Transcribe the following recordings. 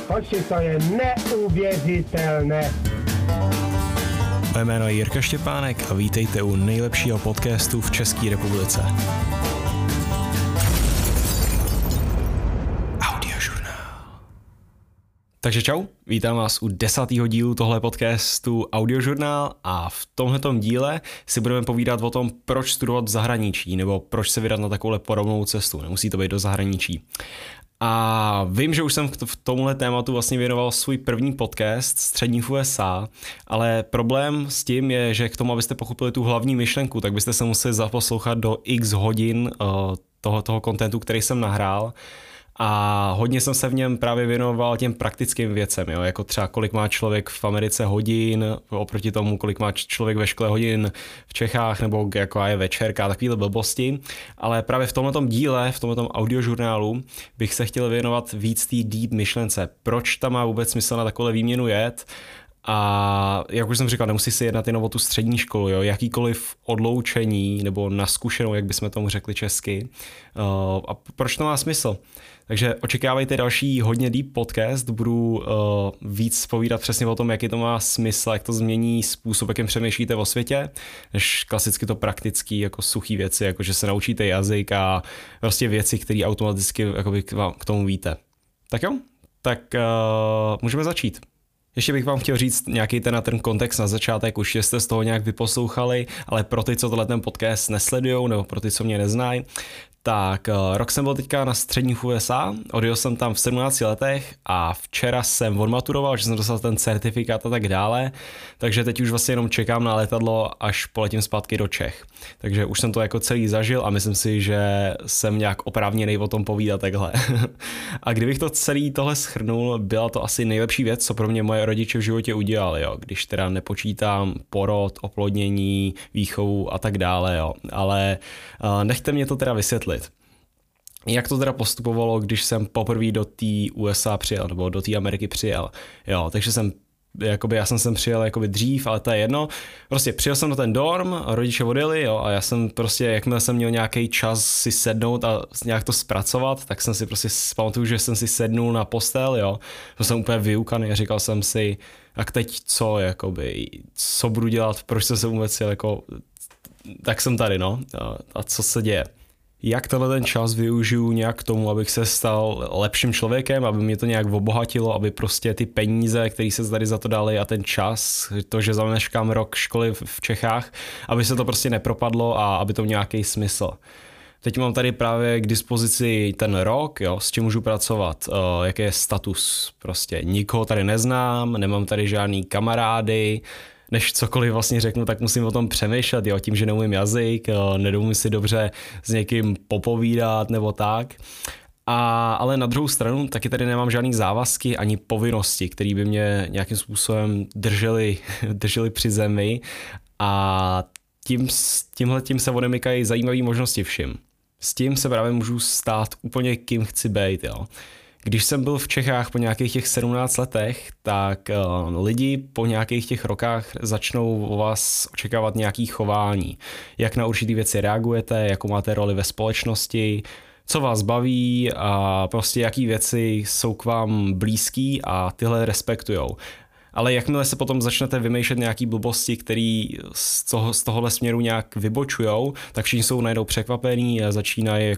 Hoši, to je neuvěřitelné. Moje jméno je Jirka Štěpánek a vítejte u nejlepšího podcastu v České republice. Audiožurnál. Takže čau, vítám vás u 10. dílu tohle podcastu Audiožurnál a v tomhletom díle si budeme povídat o tom, proč studovat v zahraničí nebo proč se vydat na takovouhle podobnou cestu, nemusí to být do zahraničí. A vím, že už jsem v tomhle tématu vlastně věnoval svůj první podcast Střední v USA, ale problém s tím je, že k tomu, abyste pochopili tu hlavní myšlenku, tak byste se museli zaposlouchat do x hodin toho kontentu, který jsem nahrál. A hodně jsem se v něm právě věnoval těm praktickým věcem, jo? Jako třeba kolik má člověk v Americe hodin, oproti tomu, kolik má člověk ve škole hodin v Čechách, nebo jaká je večerka, takovýhle blbosti. Ale právě v tomhletom díle, v tomhletom audiožurnálu bych se chtěl věnovat víc té deep myšlence. Proč tam má vůbec smysl na takovou výměnu jet? A jak už jsem říkal, nemusí se jednat jenom o tu střední školu, jo? Jakýkoliv odloučení nebo na zkušenou, jak bychom tomu řekli česky. A proč to má smysl? Takže očekávejte další hodně deep podcast, budu víc povídat přesně o tom, jaký to má smysl, jak to změní způsob, jakým přemýšlíte o světě, než klasicky to praktický, jako suchý věci, jako že se naučíte jazyk a prostě věci, které automaticky k tomu víte. Tak jo, tak můžeme začít. Ještě bych vám chtěl říct nějaký ten kontext na začátek, už jste z toho nějak vyposlouchali, ale pro ty, co ten podcast nesledujou, nebo pro ty, co mě neznají, tak rok jsem byl teďka na střední v USA, odjel jsem tam v 17 letech a včera jsem odmaturoval, že jsem dostal ten certifikát a tak dále, takže teď už vlastně jenom čekám na letadlo, až poletím zpátky do Čech. Takže už jsem to jako celý zažil a myslím si, že jsem nějak oprávněnej o tom povídat takhle. A kdybych to celý tohle shrnul, byla to asi nejlepší věc, co pro mě moje rodiče v životě udělali, jo. Když teda nepočítám porod, oplodnění, výchovu a tak dále, jo. Ale nechte mě to teda vysvětlit. Jak to teda postupovalo, když jsem poprvé do té USA přijel, nebo do té Ameriky přijel. Jo, takže já jsem sem přijel dřív, ale to je jedno. Prostě přijel jsem do ten dorm, rodiče odjeli, jo, a já jsem prostě, jakmile jsem měl nějaký čas si sednout a nějak to zpracovat, tak jsem si prostě pamatuju, že jsem si sednul na postel, jo. To jsem úplně vyukaný a říkal jsem si, tak teď co budu dělat, proč jsem se vůbec jel, tak jsem tady, no, a co se děje. Jak ten čas využiju nějak k tomu, abych se stal lepším člověkem, aby mě to nějak obohatilo, aby prostě ty peníze, které se tady za to dali a ten čas, to, že zameškám rok školy v Čechách, aby se to prostě nepropadlo a aby to měl nějaký smysl. Teď mám tady právě k dispozici ten rok, jo, s čím můžu pracovat, jaký je status, prostě nikoho tady neznám, nemám tady žádný kamarády, než cokoliv vlastně řeknu, tak musím o tom přemýšlet, jo, tím, že neumím jazyk, nedoumím si dobře s někým popovídat nebo tak. Ale na druhou stranu taky tady nemám žádný závazky ani povinnosti, které by mě nějakým způsobem držely při zemi a tímhletím se odemykají zajímavé možnosti všim. S tím se právě můžu stát úplně kým chci být, jo. Když jsem byl v Čechách po nějakých těch 17 letech, tak lidi po nějakých těch rokách začnou o vás očekávat nějaký chování. Jak na určitý věci reagujete, jakou máte roli ve společnosti, co vás baví a prostě jaký věci jsou k vám blízký a tyhle respektujou. Ale jakmile se potom začnete vymýšlet nějaký blbosti, který z tohohle směru nějak vybočujou, tak všichni jsou najednou překvapení a začínají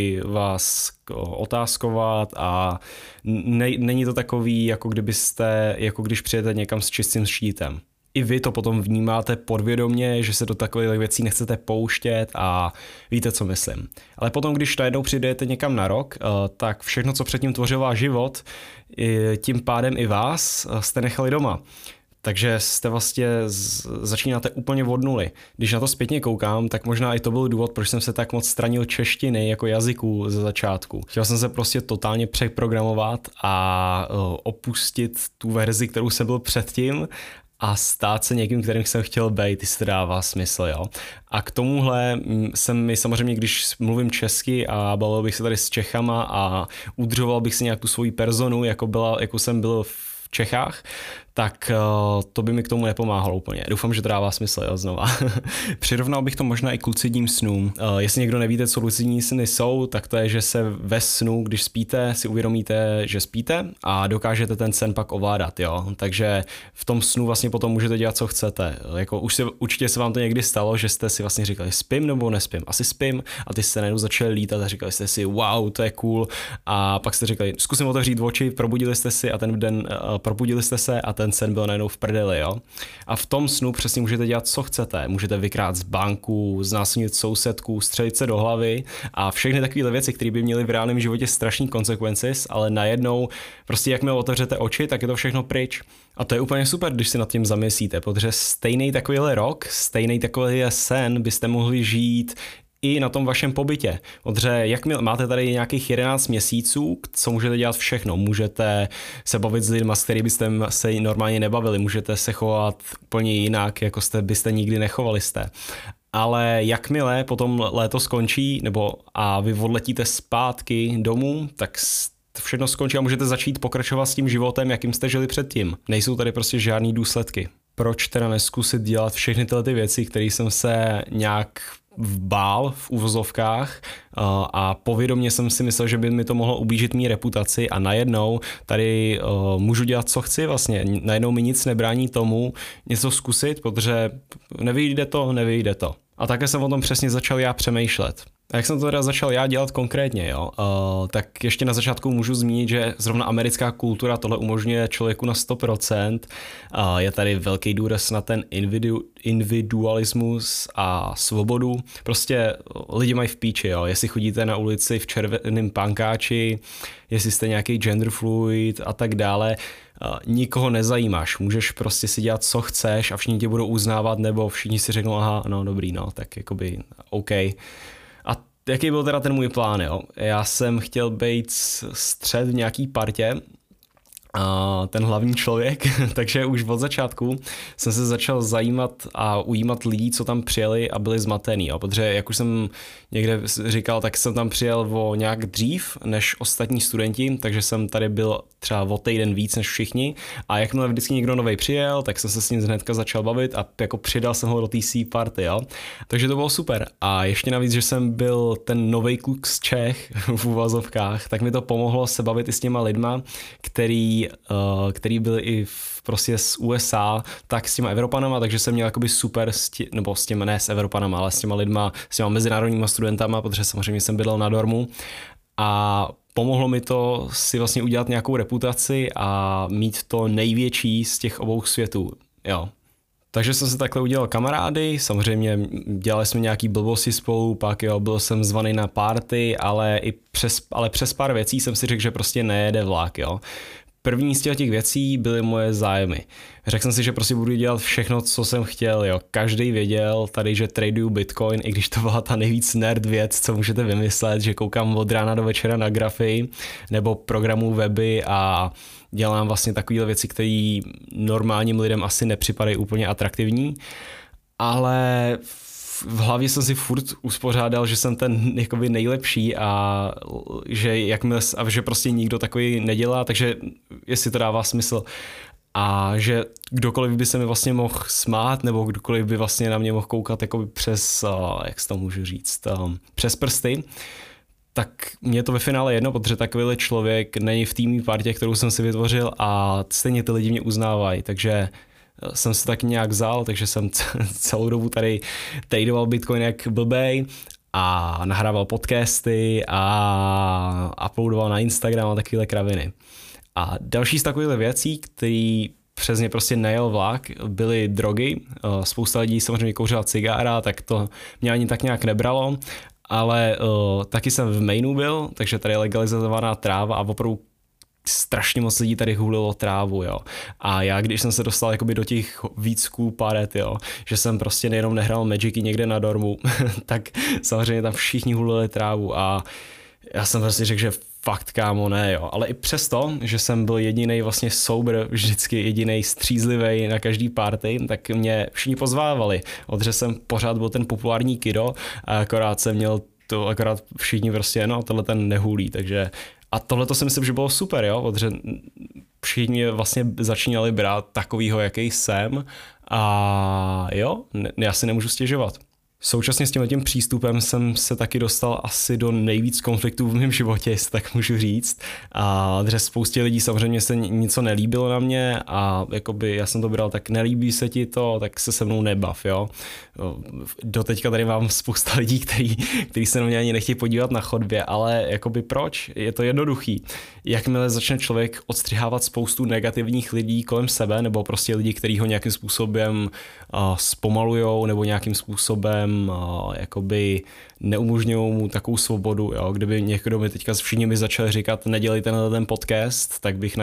vás otázkovat a není to takový, jako když přijete někam s čistým štítem. I vy to potom vnímáte podvědomě, že se do takových věcí nechcete pouštět a víte, co myslím. Ale potom, když najednou přijdete někam na rok, tak všechno, co předtím tvořil váš život, tím pádem i vás jste nechali doma. Takže jste vlastně začínáte úplně od nuly. Když na to zpětně koukám, tak možná i to byl důvod, proč jsem se tak moc stranil češtiny jako jazyku ze začátku. Chtěl jsem se prostě totálně přeprogramovat a opustit tu verzi, kterou jsem byl předtím a stát se někým, kterým jsem chtěl být, jestli to dává smysl, jo. A k tomuhle jsem mi samozřejmě, když mluvím česky a bavil bych se tady s Čechama a udržoval bych si nějak tu svoji personu, jako jsem byl v Čechách, tak to by mi k tomu nepomáhalo úplně. Doufám, že to dává smysl, jo, znova. Přirovnal bych to možná i k lucidním snům. Jestli někdo nevíte, co lucidní sny jsou, tak to je, že se ve snu, když spíte, si uvědomíte, že spíte a dokážete ten sen pak ovládat, jo. Takže v tom snu vlastně potom můžete dělat, co chcete. Jako určitě se vám to někdy stalo, že jste si vlastně říkali, spím nebo nespím. Asi spím a ty jste najednou začali lítat a říkali jste si, wow, to je cool. A pak jste říkali, zkusím otevřít oči, probudili jste se a ten sen byl najednou v prdeli, jo. A v tom snu přesně můžete dělat, co chcete. Můžete vykrát z banku, znásilnit sousedku, střelit se do hlavy a všechny takové věci, které by měly v reálném životě strašný consequences, ale najednou prostě jakmile otevřete oči, tak je to všechno pryč. A to je úplně super, když si nad tím zamyslíte, protože stejný takovýhle rok, stejný takovýhle sen byste mohli žít i na tom vašem pobytě. Protože jakmile máte tady nějakých 11 měsíců, co můžete dělat všechno. Můžete se bavit s lidmi, s kterými byste se normálně nebavili. Můžete se chovat úplně jinak, jako byste nikdy nechovali jste. Ale jakmile potom léto skončí, a vy odletíte zpátky domů, tak všechno skončí a můžete začít pokračovat s tím životem, jakým jste žili předtím. Nejsou tady prostě žádný důsledky. Proč teda neskusit dělat všechny tyhle ty věci, které jsem se nějak bál v uvozovkách a povědomě jsem si myslel, že by mi to mohlo ublížit mý reputaci a najednou tady můžu dělat, co chci vlastně. Najednou mi nic nebrání tomu něco zkusit, protože nevyjde to. A také jsem o tom přesně začal já přemýšlet. A jak jsem to teda začal já dělat konkrétně, jo? Tak ještě na začátku můžu zmínit, že zrovna americká kultura tohle umožňuje člověku na 100%. Je tady velký důraz na ten individualismus a svobodu. Prostě lidi mají v píči, jo? Jestli chodíte na ulici v červeném pankáči, jestli jste nějaký gender fluid a tak dále, nikoho nezajímáš, můžeš prostě si dělat, co chceš a všichni tě budou uznávat, nebo všichni si řeknou, aha, no dobrý, no, tak jakoby OK. A jaký byl teda ten můj plán, jo? Já jsem chtěl být střed v nějaký partě, ten hlavní člověk, takže už od začátku jsem se začal zajímat a ujímat lidí, co tam přijeli a byli zmatený, jo? Protože jak už jsem někde říkal, tak jsem tam přijel o nějak dřív než ostatní studenti, takže jsem tady byl třeba o týden víc než všichni a jakmile vždycky někdo novej přijel, tak jsem se s ním hnedka začal bavit a jako přidal jsem ho do té party, jo? Takže to bylo super a ještě navíc, že jsem byl ten novej kluk z Čech v uvazovkách, tak mi to pomohlo se bavit i s těma lidma, který byli i prostě z USA, tak s těma Evropanama, takže jsem měl jakoby super ne s Evropanama, ale s těma lidma, s těma mezinárodníma studentama, protože samozřejmě jsem bydlel na dormu a pomohlo mi to si vlastně udělat nějakou reputaci a mít to největší z těch obou světů, jo. Takže jsem si takhle udělal kamarády, samozřejmě dělali jsme nějaký blbosti spolu, pak jo, byl jsem zvaný na party, ale přes pár věcí jsem si řekl, že prostě nejede vlak, jo. První z těch věcí byly moje zájmy. Řekl jsem si, že prostě budu dělat všechno, co jsem chtěl, jo. Každý věděl tady, že traduju Bitcoin, i když to byla ta nejvíc nerd věc, co můžete vymyslet, že koukám od rána do večera na grafy nebo programu weby a dělám vlastně takovéhle věci, které normálním lidem asi nepřipadají úplně atraktivní, ale v hlavě jsem si furt uspořádal, že jsem ten jakoby nejlepší a že prostě nikdo takový nedělá, takže jestli to dává smysl a že kdokoliv by se mi vlastně mohl smát nebo kdokoliv by vlastně na mě mohl koukat jakoby přes, jak se to můžu říct, přes prsty, tak mě to ve finále jedno, protože takovýhle člověk není v týmní partě, kterou jsem si vytvořil a stejně ty lidi mě uznávají, takže jsem se tak nějak vzal, takže jsem celou dobu tady tradoval Bitcoin jak blbej a nahrával podcasty a uploadoval na Instagram a takovéhle kraviny. A další z takovýchhle věcí, který přes ně prostě nejel vlak, byly drogy. Spousta lidí samozřejmě kouřila cigára, tak to mě ani tak nějak nebralo, ale taky jsem v Mainu byl, takže tady je legalizovaná tráva a opravdu strašně moc lidí tady hulilo trávu, jo. A já, když jsem se dostal jakoby do těch víc cool paret, jo, že jsem prostě nejenom nehrál Magicy někde na dormu, tak samozřejmě tam všichni hulili trávu a já jsem prostě řekl, že fakt kámo ne, jo. Ale i přesto, že jsem byl jedinej vlastně sober, vždycky jedinej střízlivej na každý party, tak mě všichni pozvávali, protože jsem pořád byl ten populární kiddo a akorát všichni prostě, no, tohle ten nehulí, takže a tohle to si myslím, že bylo super, jo, protože všichni vlastně začínali brát takovýho, jaký jsem a jo, já si nemůžu stěžovat. Současně s tím přístupem jsem se taky dostal asi do nejvíc konfliktů v mém životě, jestli tak můžu říct. A spoustě lidí samozřejmě se něco nelíbilo na mě a jakoby já jsem to bral, tak nelíbí se ti to, tak se mnou nebav, jo. Doteďka tady mám spousta lidí, který se na mě ani nechtějí podívat na chodbě, ale jakoby proč? Je to jednoduchý. Jakmile začne člověk odstřihávat spoustu negativních lidí kolem sebe, nebo prostě lidi, kteří ho nějakým způsobem zpomalujou, nebo nějakým způsobem jakoby neumožňují mu takovou svobodu, jo? Kdyby někdo mi teďka všichni mi začali říkat nedělejte na ten podcast, tak bych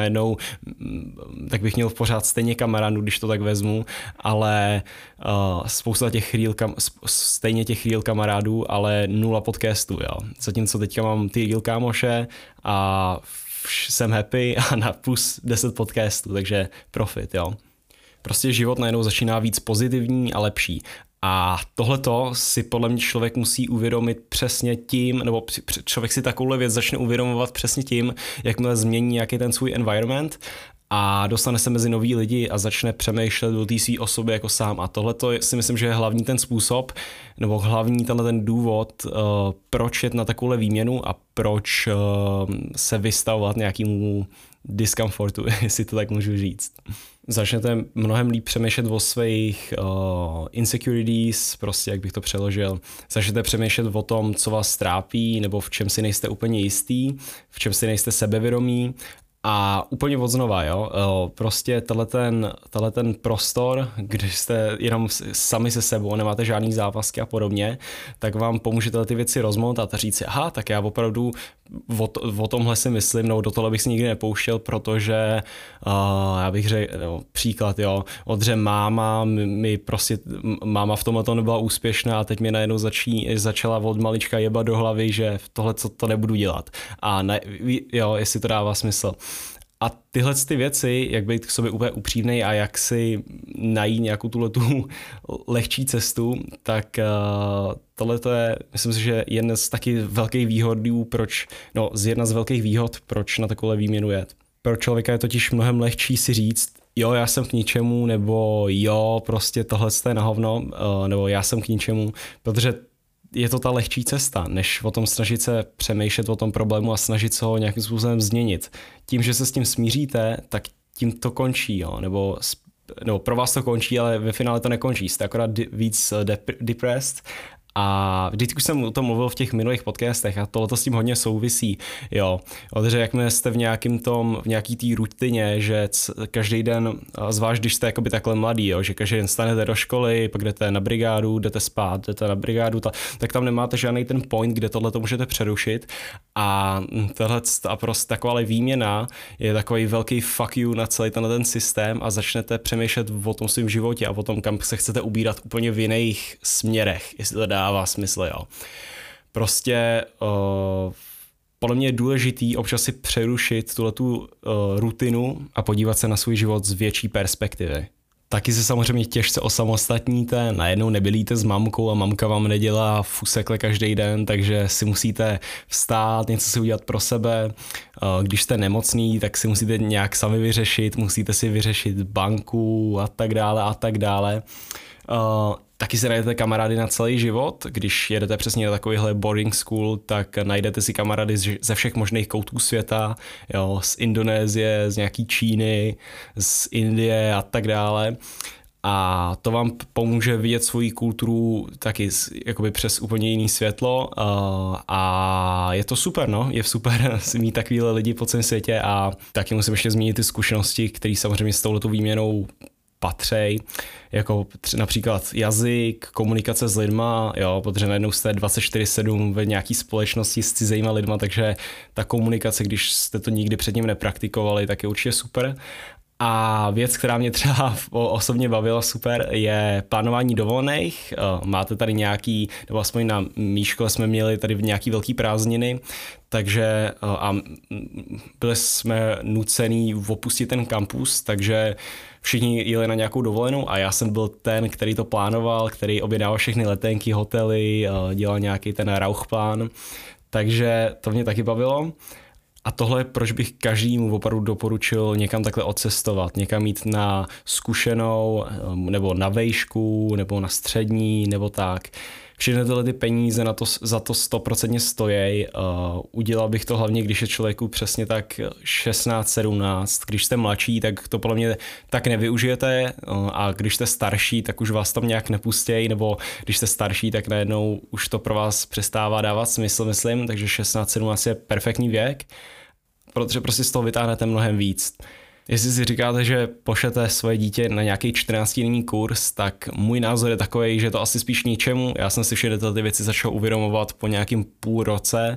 měl pořád stejně kamarádů, když to tak vezmu, ale spousta těch stejně těch real kamarádů, ale 0 podcastů, jo. Zatímco teďka mám ty real kámoše a jsem happy a na plus 10 podcastů, takže profit, jo. Prostě život najednou začíná víc pozitivní a lepší. A tohleto si podle mě člověk musí uvědomit přesně tím, nebo člověk si takovouhle věc začne uvědomovat přesně tím, jakmile změní nějaký ten svůj environment a dostane se mezi nový lidi a začne přemýšlet o té své osobě jako sám. A tohleto si myslím, že je hlavní ten způsob, nebo hlavní ten důvod, proč jet na takovouhle výměnu a proč se vystavovat nějakému diskomfortu, jestli to tak můžu říct. Začnete mnohem líp přemýšlet o svých insecurities, prostě jak bych to přeložil. Začnete přemýšlet o tom, co vás trápí, nebo v čem si nejste úplně jistý, v čem si nejste sebevědomí. A úplně od znova, jo, prostě ten prostor, když jste jenom sami se sebou, nemáte žádný závazky a podobně, tak vám pomůže ty věci rozmotat a říct si, aha, tak já opravdu o tomhle si myslím, no do tohle bych si nikdy nepouštěl, protože já bych řekl, příklad, jo, odře máma v tomhle to nebyla úspěšná a teď mi najednou začala od malička jebat do hlavy, že tohle co to nebudu dělat. A jo, jestli to dává smysl. A tyhle ty věci, jak být k sobě úplně upřímnej a jak si najít nějakou tu lehčí cestu, tak tohle je, myslím si, že jedna z taky velkých výhodů, jedna z velkých výhod, proč na takovou výměnu jet. Pro člověka je totiž mnohem lehčí si říct, jo, já jsem k ničemu, nebo jo, prostě tohle je na hovno, nebo já jsem k ničemu, protože je to ta lehčí cesta, než o tom snažit se přemýšlet o tom problému a snažit se ho nějakým způsobem změnit. Tím, že se s tím smíříte, tak tím to končí, jo? Nebo pro vás to končí, ale ve finále to nekončí. Jste akorát víc depressed. A vždycky už jsem o tom mluvil v těch minulých podcastech a tohle s tím hodně souvisí, jo. Protože jakmile jste v nějaký té rutině, že každý den, zvlášť když jste jakoby takhle mladý, jo, že každý den stanete do školy, pak jdete na brigádu, jdete spát, jdete na brigádu, tak tam nemáte žádný ten point, kde tohle to můžete přerušit a prostě taková výměna je takový velký fuck you na celý ten systém a začnete přemýšlet o tom svém životě a o tom, kam se chcete ubírat úplně v jiných směrech, jestli to dává smysl, jo. Prostě podle mě je důležitý občas si přerušit tuhletu rutinu a podívat se na svůj život z větší perspektivy. Taky se samozřejmě těžce osamostatníte, najednou nebydlíte s mamkou a mamka vám nedělá fusekle každý den, takže si musíte vstát, něco si udělat pro sebe. Když jste nemocný, tak si musíte nějak sami vyřešit, musíte si vyřešit banku a tak dále. Taky si najdete kamarády na celý život, když jedete přesně na takovýhle boarding school, tak najdete si kamarády ze všech možných koutů světa, jo, z Indonésie, z nějaký Číny, z Indie a tak dále. A to vám pomůže vidět svoji kulturu taky jakoby přes úplně jiný světlo a je to super, no, je super mít takovýhle lidi po celém světě a taky musím ještě zmínit ty zkušenosti, které samozřejmě s touhletou výměnou patřej, jako například jazyk, komunikace s lidma, jo, protože najednou jste 24/7 ve nějaký společnosti s cizejma lidma, takže ta komunikace, když jste to nikdy předtím nepraktikovali, tak je určitě super. A věc, která mě třeba osobně bavila super, je plánování dovolených. Máte tady nějaký, nebo aspoň na mý škole jsme měli tady nějaký velký prázdniny, takže a byli jsme nucený opustit ten kampus, takže všichni jeli na nějakou dovolenou a já jsem byl ten, který to plánoval, který objednával všechny letenky, hotely, dělal nějaký ten rauchplán, takže to mě taky bavilo. A tohle, proč bych každému opravdu doporučil někam takhle odcestovat, někam jít na zkušenou, nebo na vejšku, nebo na střední, nebo tak. Všechny tyhle ty peníze za to 100% stojí. Udělal bych to hlavně, když je člověku přesně tak 16-17. Když jste mladší, tak to podle mě tak nevyužijete a když jste starší, tak už vás tam nějak nepustějí, nebo když jste starší, tak najednou už to pro vás přestává dávat smysl, myslím, takže 16-17 je perfektní věk, protože prostě z toho vytáhnete mnohem víc. Jestli si říkáte, že pošlete svoje dítě na nějaký 14denní kurz, tak můj názor je takový, že je to asi spíš ničemu. Já jsem si všechny ty věci začal uvědomovat po nějakým půl roce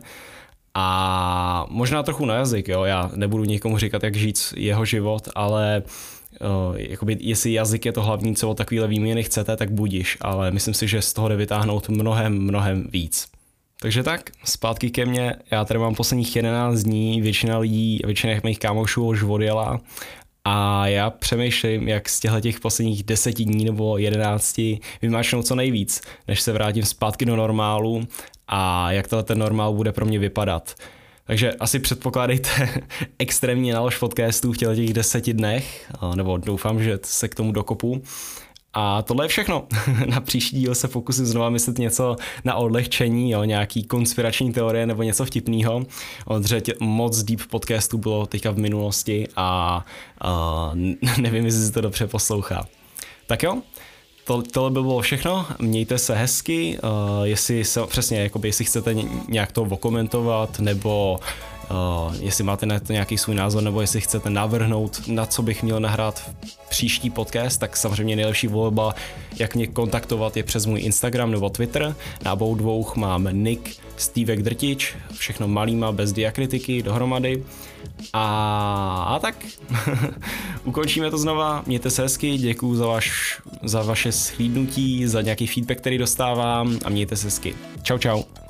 a možná trochu na jazyk, jo. Já nebudu nikomu říkat, jak žít jeho život, ale jakoby, jestli jazyk je to hlavní, co od takovýhle výměny chcete, tak budiš, ale myslím si, že z toho jde vytáhnout mnohem víc. Takže tak, zpátky ke mně, já tady mám posledních 11 dní, většina mých kámošů už odjela a já přemýšlím, jak z těch posledních 10 dní nebo 11 vymáčknout co nejvíc, než se vrátím zpátky do normálu a jak ten normál bude pro mě vypadat. Takže asi předpokládejte extrémní nálož podcastů v těch 10 dnech, nebo doufám, že se k tomu dokopu. A tohle je všechno. Na příští díl se pokusím znova myslet něco na odlehčení, jo, nějaký konspirační teorie nebo něco vtipného. Moc deep podcastů bylo teďka v minulosti a nevím, jestli se to dobře poslouchá. Tak jo, tohle by bylo všechno, mějte se hezky, jestli chcete nějak to okomentovat, nebo jestli máte na to nějaký svůj názor, nebo jestli chcete navrhnout, na co bych měl nahrát příští podcast, tak samozřejmě nejlepší volba, jak mě kontaktovat, je přes můj Instagram nebo Twitter. Na obou dvou mám nick Stevek Drtič, všechno malýma, bez diakritiky, dohromady. A tak, ukončíme to znova, mějte se hezky, děkuju za vaše shlídnutí, za nějaký feedback, který dostávám a mějte se hezky. Čau.